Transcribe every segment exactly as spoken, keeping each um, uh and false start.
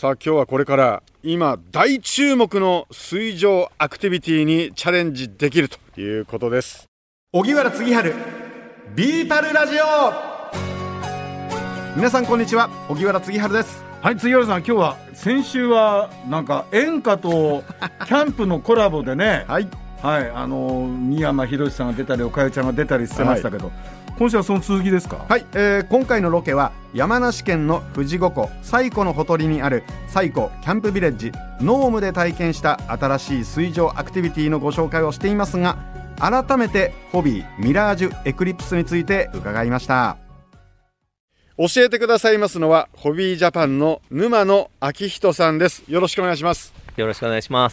さあ今日はこれから今大注目の水上アクティビティにチャレンジできるということです。荻原次春ビータルラジオ。皆さんこんにちは、荻原次春です。 はい、杉原さん、今日は先週はなんか演歌とキャンプのコラボでねはい、 はい、あの三山ひろしさんが出たり岡代ちゃんが出たりしてましたけど、はい、今週はその続きですか？ はい、えー、今回のロケは山梨県の富士五湖西湖のほとりにある西湖キャンプビレッジノームで体験した新しい水上アクティビティのご紹介をしていますが、改めてホビーミラージュエクリプスについて伺いました。教えてくださいますのはホビージャパンの沼野昭人さんです。よろしくお願いします。 よろしくお願いします。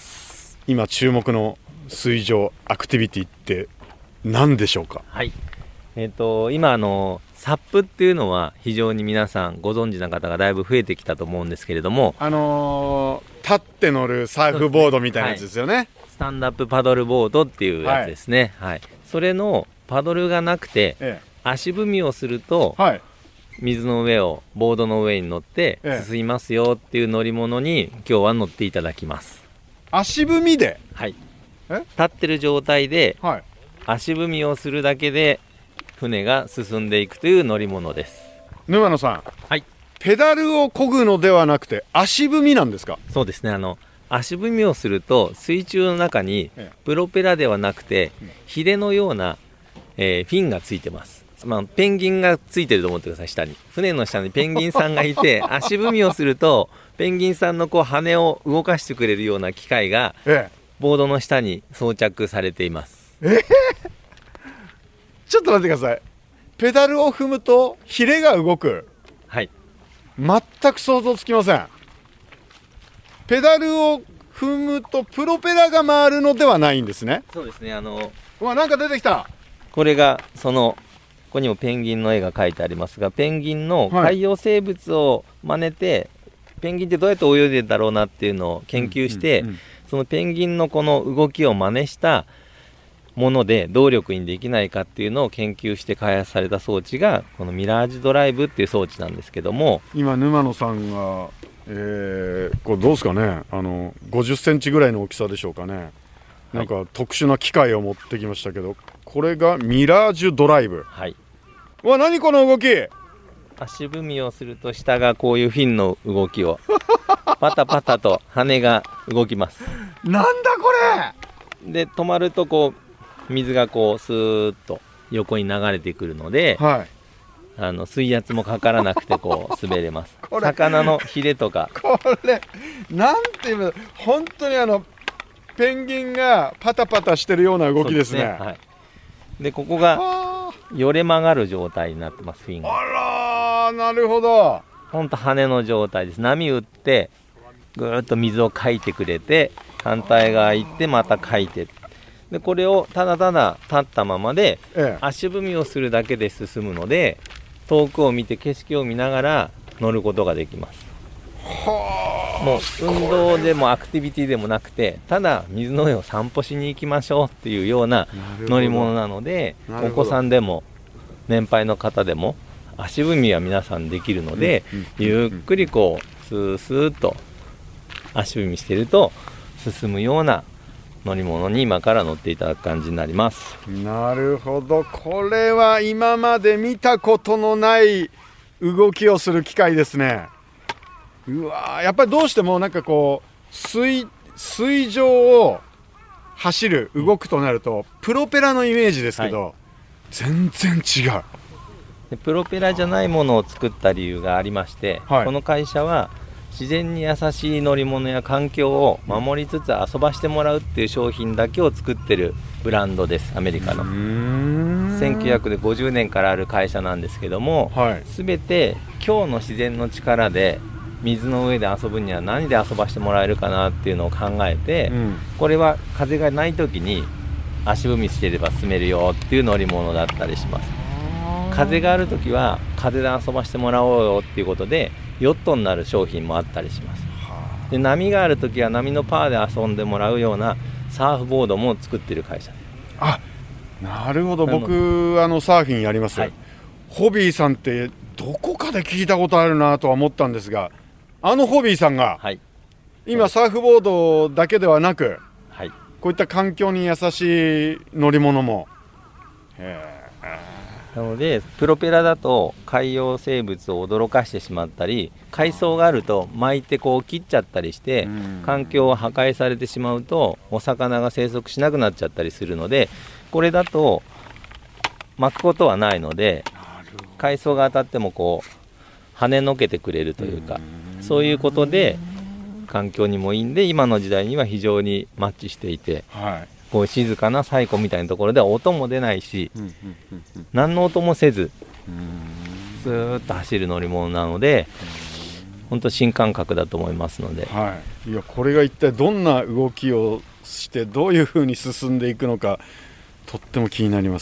今注目の水上アクティビティって何でしょうか？ はい、えーと、今あのサップっていうのは非常に皆さんご存知な方がだいぶ増えてきたと思うんですけれども、 あのー、立って乗るサーフボードみたいなやつですよね。はい、 スタンドアップパドルボードっていうやつですね。はいはい、それのパドルがなくて、ええ、足踏みをすると、はい、水の上をボードの上に乗って進みますよっていう乗り物に今日は乗っていただきます。 足踏みで、 はい、え立ってる状態で、はい、足踏みをするだけで船が進んでいくという乗り物です。 沼野さん、 はい、 ペダルを漕ぐのではなくて足踏みなんですか？ そうですね、あの足踏みをすると水中の中にプロペラではなくてヒレのような、えー、フィンがついてます。まあ、ペンギンがついてると思ってください。下に船の下にペンギンさんがいて足踏みをするとペンギンさんのこう羽を動かしてくれるような機械がボードの下に装着されています。 えー、ちょっと待ってください。ペダルを踏むとヒレが動く。 はい、 全く想像つきません。ペダルを踏むとプロペラが回るのではないんですね。 そうですね、あのうわ、なんか出てきた。 これがそのここにもペンギンの絵が描いてありますが、ペンギンの海洋生物を真似て、はい、ペンギンってどうやって泳いでるんだろうなっていうのを研究して、うんうんうん、そのペンギンのこの動きを真似したもので動力にできないかっていうのを研究して開発された装置がこのミラージュドライブっていう装置なんですけども、 今沼野さんが、えー、これどうですかね、あのごじゅっセンチぐらいの大きさでしょうかね。なんか特殊な機械を持ってきましたけど、これがミラージュドライブ。はい。うわ、何この動き。 足踏みをすると下がこういうフィンの動きをパタパタと羽が動きます。 なんだこれで止まるとこう水がこうスーッと横に流れてくるので、はい、あの水圧もかからなくてこう滑れます。魚のヒレとかこれなんていうの、本当にあのペンギンがパタパタしてるような動きですね。 はい、でここがよれ曲がる状態になってます。フィンが。 あらー、なるほど。 ほんと羽の状態です。波打ってぐーっと水をかいてくれて、反対側行ってまたかいて、でこれをただただ立ったままで、ええ、足踏みをするだけで進むので、遠くを見て景色を見ながら乗ることができます。はあ、もう運動でもアクティビティでもなくて、ただ水の上を散歩しに行きましょうっていうような乗り物なので、お子さんでも年配の方でも足踏みは皆さんできるので、うんうん、ゆっくりこうスースーっと足踏みしてると進むような乗り物に今から乗っていただく感じになります。 なるほど、これは今まで見たことのない動きをする機械ですね。うわ、やっぱりどうしてもなんかこう 水, 水上を走る動くとなるとプロペラのイメージですけど、はい、全然違う。 でプロペラじゃないものを作った理由がありまして、はい、この会社は自然に優しい乗り物や環境を守りつつ遊ばしてもらうっていう商品だけを作ってるブランドです。アメリカのせんきゅうひゃくごじゅうねんからある会社なんですけども、はい、全て今日の自然の力で水の上で遊ぶには何で遊ばしてもらえるかなっていうのを考えて、うん、これは風がない時に足踏みしてれば進めるよっていう乗り物だったりします。風がある時は風で遊ばしてもらおうよっていうことでヨットになる商品もあったりします。で波がある時は波のパワーで遊んでもらうようなサーフボードも作ってる会社です。 あ、なるほど。僕あのサーフィンやります、はい、ホビーさんってどこかで聞いたことあるなとは思ったんですが、 あのホビーさんが、 はい、 今サーフボードだけではなく、 はい、 こういった環境に優しい乗り物も。へなのでプロペラだと海洋生物を驚かしてしまったり、海藻があると巻いてこう切っちゃったりして環境を破壊されてしまうとお魚が生息しなくなっちゃったりするので、これだと巻くことはないので、海藻が当たってもこう跳ねのけてくれるというか、そういうことで環境にもいいんで、今の時代には非常にマッチしていて、はい、こう静かな西湖みたいなところでは音も出ないし、うんうんうんうん、何の音もせずずーっと走る乗り物なので、本当新感覚だと思いますので、 はい、いやこれが一体どんな動きをしてどういう風に進んでいくのかとっても気になります。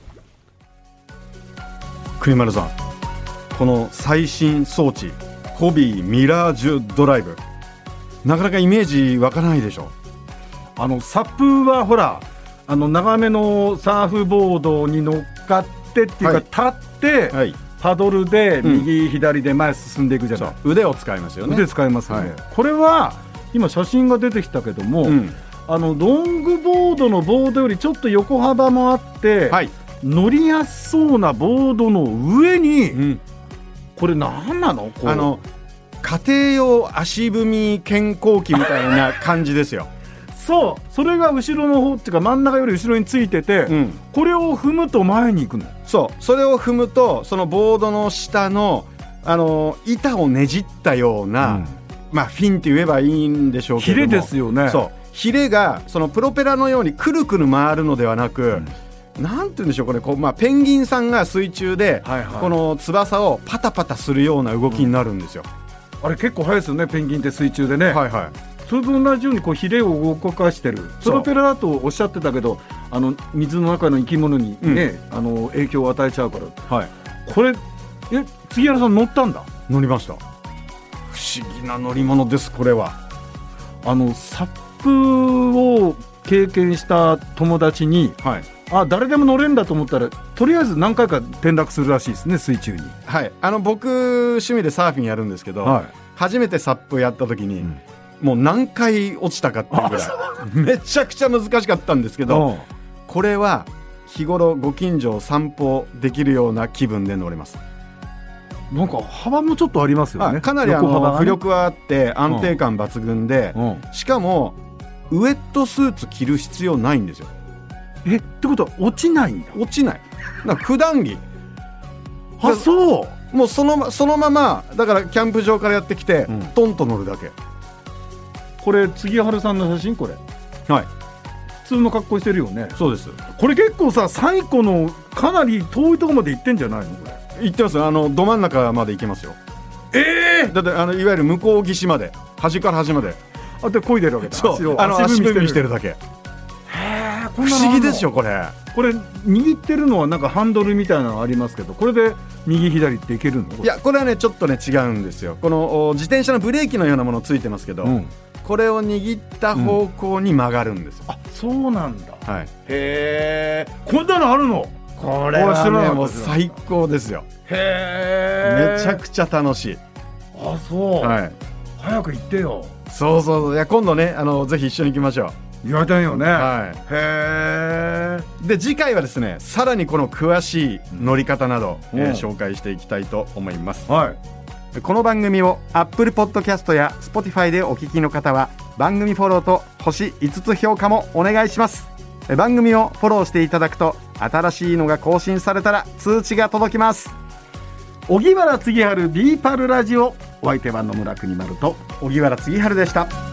栗丸さん、この最新装置ホビーミラージュドライブ、なかなかイメージ湧かないでしょ。 あのサップはほらあの長めのサーフボードに乗っかってっていうか、はい、立って、はい、パドルで右、うん、左で前進んでいくじゃない。 腕を使いますよね。 腕使いますよね、はい、これは今写真が出てきたけども、うん、あのロングボードのボードよりちょっと横幅もあって、はい、乗りやすそうなボードの上に、うん、これ何なの？こうあの家庭用足踏み健康器みたいな感じですよ。 そう、それが後ろの方っていうか真ん中より後ろについてて、うん、これを踏むと前に行くの。 そう、それを踏むとそのボードの下の、あの板をねじったような、うん、まあフィンって言えばいいんでしょうけども、 ヒレですよね。 そう、ヒレがそのプロペラのようにくるくる回るのではなく、うん、なんて言うんでしょう、これこう、まあ、ペンギンさんが水中で、はいはい、この翼をパタパタするような動きになるんですよ、 うん、あれ結構速いですよね、ペンギンって水中でね。はいはい、それと同じようにこうヒレを動かしてる。プロペラだとおっしゃってたけど、あの水の中の生き物に、ね、うん、あの影響を与えちゃうから、はい、これえ杉原さん乗ったんだ？ 乗りました。不思議な乗り物です。これはあのサップを経験した友達に、はい、あ誰でも乗れるんだと思ったら、とりあえず何回か転落するらしいですね、水中に。 はい、あの僕趣味でサーフィンやるんですけど、はい、初めてサップやった時に、うん、もう何回落ちたかっていうぐらいめちゃくちゃ難しかったんですけど、これは日頃ご近所を散歩できるような気分で乗れます。 なんか幅もちょっとありますよね。 かなりあの、ね、浮力はあって安定感抜群で、うんうん、しかもウエットスーツ着る必要ないんですよ。 えってことは落ちないんだ。 落ちない。だから普段着。 あ、そう。 もうその、そのままだからキャンプ場からやってきて、うん、トンと乗るだけ。 これ杉原さんの写真。これはい普通の格好してるよね。 そうです。 これ結構さ、最古のかなり遠いところまで行ってんじゃないの？これ行ってます。あのど真ん中まで行けますよ。えー、だってあのいわゆる向こう岸まで、端から端まで。 あで漕いでるわけだ。 そう、あの足踏みしてるだけ。へえ、 不思議ですよこれ。 これ握ってるのはなんかハンドルみたいなのありますけど、これで右左っていけるの？ いや、これはねちょっとね違うんですよ。この自転車のブレーキのようなものついてますけど、うん、これを握った方向に曲がるんですよ、うん、あ、 そうなんだ。 はい。 へえ、こんなのあるの？ これはねもう最高ですよ。へえ、めちゃくちゃ楽しい。 あ、そう、はい、早く行ってよ。 そうそう、いや今度ね、あのぜひ一緒に行きましょう。 言われたんよね。 はい。へえ。で次回はですね、さらにこの詳しい乗り方など、うん、えー、紹介していきたいと思います。はい。この番組を Apple Podcast や Spotify でお聞きの方は番組フォローと星いつつ評価もお願いします。番組をフォローしていただくと新しいのが更新されたら通知が届きます。 荻原次春ビーパルラジオ、お相手は野村国丸と荻原次春でした。